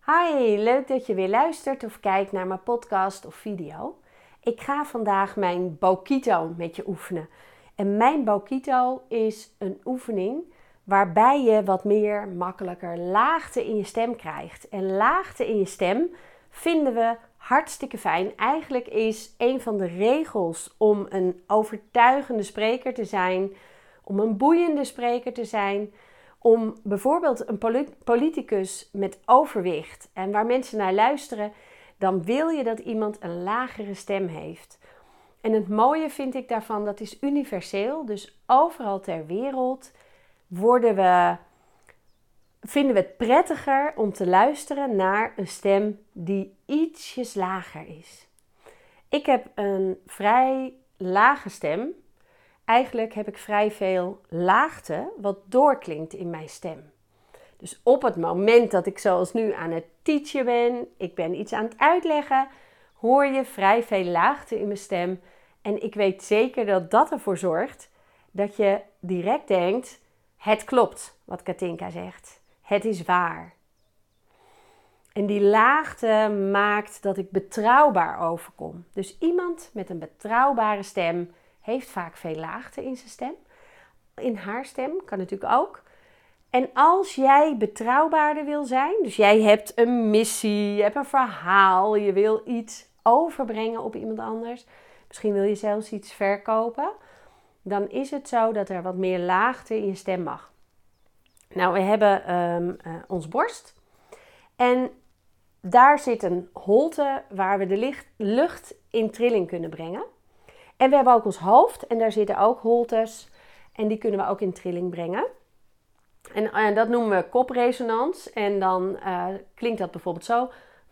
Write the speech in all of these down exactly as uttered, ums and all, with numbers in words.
Hi, leuk dat je weer luistert of kijkt naar mijn podcast of video. Ik ga vandaag mijn Bokito met je oefenen. En mijn Bokito is een oefening waarbij je wat meer makkelijker laagte in je stem krijgt. En laagte in je stem vinden we hartstikke fijn. Eigenlijk is een van de regels om een overtuigende spreker te zijn, om een boeiende spreker te zijn, om bijvoorbeeld een politicus met overwicht en waar mensen naar luisteren, dan wil je dat iemand een lagere stem heeft. En het mooie vind ik daarvan, dat is universeel. Dus overal ter wereld worden we, vinden we het prettiger om te luisteren naar een stem die ietsjes lager is. Ik heb een vrij lage stem. Eigenlijk heb ik vrij veel laagte wat doorklinkt in mijn stem. Dus op het moment dat ik zoals nu aan het teachen ben, ik ben iets aan het uitleggen, hoor je vrij veel laagte in mijn stem. En ik weet zeker dat dat ervoor zorgt dat je direct denkt, het klopt wat Katinka zegt. Het is waar. En die laagte maakt dat ik betrouwbaar overkom. Dus iemand met een betrouwbare stem heeft vaak veel laagte in zijn stem. In haar stem, kan natuurlijk ook. En als jij betrouwbaarder wil zijn, dus jij hebt een missie, je hebt een verhaal, je wil iets overbrengen op iemand anders, misschien wil je zelfs iets verkopen, dan is het zo dat er wat meer laagte in je stem mag. Nou, we hebben um, uh, ons borst en daar zit een holte waar we de licht, lucht in trilling kunnen brengen. En we hebben ook ons hoofd en daar zitten ook holtes en die kunnen we ook in trilling brengen. En uh, dat noemen we kopresonans en dan uh, klinkt dat bijvoorbeeld zo.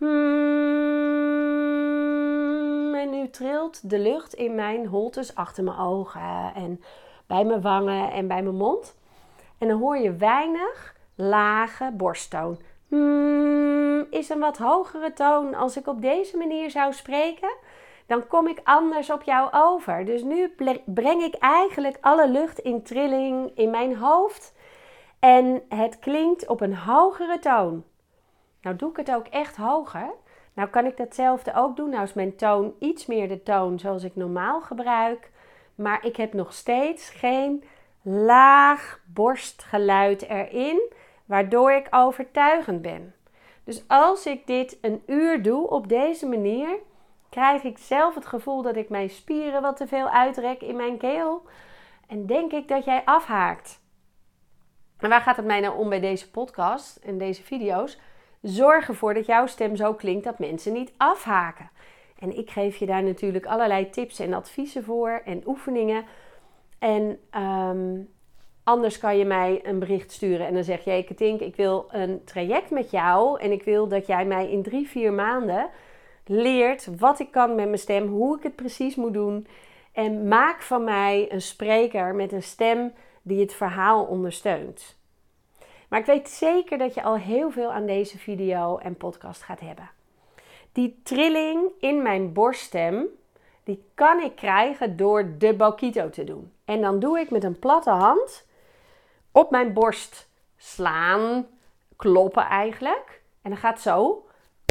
Hmm, en nu trilt de lucht in mijn holtes achter mijn ogen en bij mijn wangen en bij mijn mond. En dan hoor je weinig lage borsttoon. Hmm, is een wat hogere toon als ik op deze manier zou spreken? Dan kom ik anders op jou over. Dus nu breng ik eigenlijk alle lucht in trilling in mijn hoofd. En het klinkt op een hogere toon. Nou doe ik het ook echt hoger. Nou kan ik datzelfde ook doen. Nou is mijn toon iets meer de toon zoals ik normaal gebruik. Maar ik heb nog steeds geen laag borstgeluid erin. Waardoor ik overtuigend ben. Dus als ik dit een uur doe op deze manier, krijg ik zelf het gevoel dat ik mijn spieren wat te veel uitrek in mijn keel. En denk ik dat jij afhaakt. En waar gaat het mij nou om bij deze podcast en deze video's? Zorg ervoor dat jouw stem zo klinkt dat mensen niet afhaken. En ik geef je daar natuurlijk allerlei tips en adviezen voor en oefeningen. En um, anders kan je mij een bericht sturen en dan zeg je, Katink, ik wil een traject met jou en ik wil dat jij mij in drie, vier maanden leert wat ik kan met mijn stem, hoe ik het precies moet doen. En maak van mij een spreker met een stem die het verhaal ondersteunt. Maar ik weet zeker dat je al heel veel aan deze video en podcast gaat hebben. Die trilling in mijn borststem, die kan ik krijgen door de Bokito te doen. En dan doe ik met een platte hand op mijn borst slaan, kloppen eigenlijk. En dan gaat het zo.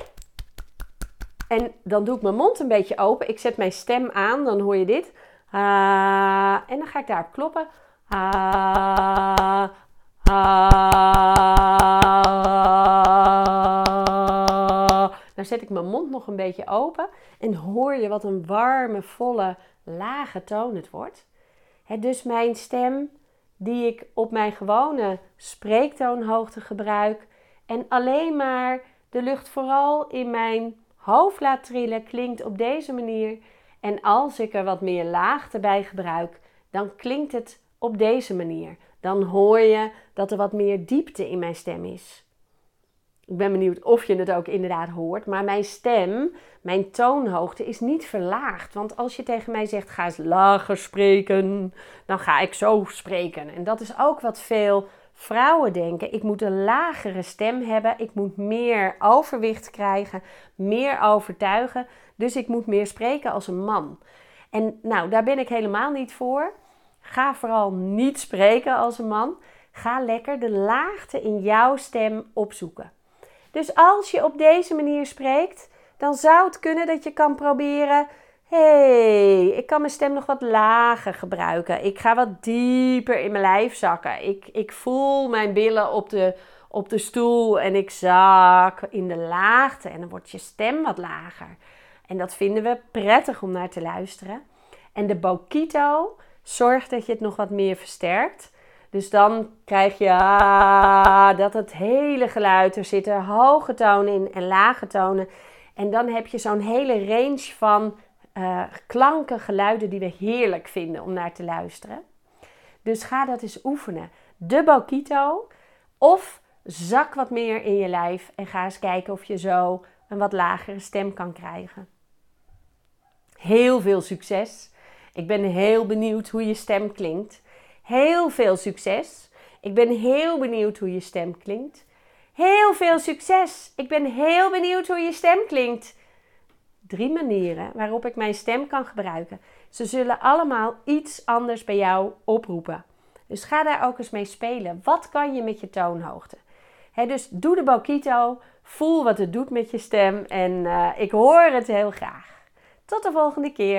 En dan doe ik mijn mond een beetje open. Ik zet mijn stem aan, dan hoor je dit. Uh, en dan ga ik daarop kloppen. Uh, uh, dan zet ik mijn mond nog een beetje open. En hoor je wat een warme, volle, lage toon het wordt. He, dus mijn stem die ik op mijn gewone spreektoonhoogte gebruik. En alleen maar de lucht vooral in mijn hoofd laat trillen, klinkt op deze manier. En als ik er wat meer laagte bij gebruik, dan klinkt het op deze manier. Dan hoor je dat er wat meer diepte in mijn stem is. Ik ben benieuwd of je het ook inderdaad hoort. Maar mijn stem, mijn toonhoogte is niet verlaagd. Want als je tegen mij zegt, ga eens lager spreken, dan ga ik zo spreken. En dat is ook wat veel vrouwen denken. Ik moet een lagere stem hebben. Ik moet meer overwicht krijgen. Meer overtuigen. Dus ik moet meer spreken als een man. En nou, daar ben ik helemaal niet voor. Ga vooral niet spreken als een man. Ga lekker de laagte in jouw stem opzoeken. Dus als je op deze manier spreekt, dan zou het kunnen dat je kan proberen... hey, ik kan mijn stem nog wat lager gebruiken. Ik ga wat dieper in mijn lijf zakken. Ik, ik voel mijn billen op de, op de stoel en ik zak in de laagte. En dan wordt je stem wat lager. En dat vinden we prettig om naar te luisteren. En de Boukito zorgt dat je het nog wat meer versterkt. Dus dan krijg je ah, dat het hele geluid, er zitten hoge tonen in en lage tonen. En dan heb je zo'n hele range van uh, klanken, geluiden die we heerlijk vinden om naar te luisteren. Dus ga dat eens oefenen. De Boukito of zak wat meer in je lijf en ga eens kijken of je zo een wat lagere stem kan krijgen. Heel veel succes. Ik ben heel benieuwd hoe je stem klinkt. Heel veel succes. Ik ben heel benieuwd hoe je stem klinkt. Heel veel succes. Ik ben heel benieuwd hoe je stem klinkt. Drie manieren waarop ik mijn stem kan gebruiken. Ze zullen allemaal iets anders bij jou oproepen. Dus ga daar ook eens mee spelen. Wat kan je met je toonhoogte? He, dus doe de Boukito. Voel wat het doet met je stem. En uh, ik hoor het heel graag. Tot de volgende keer.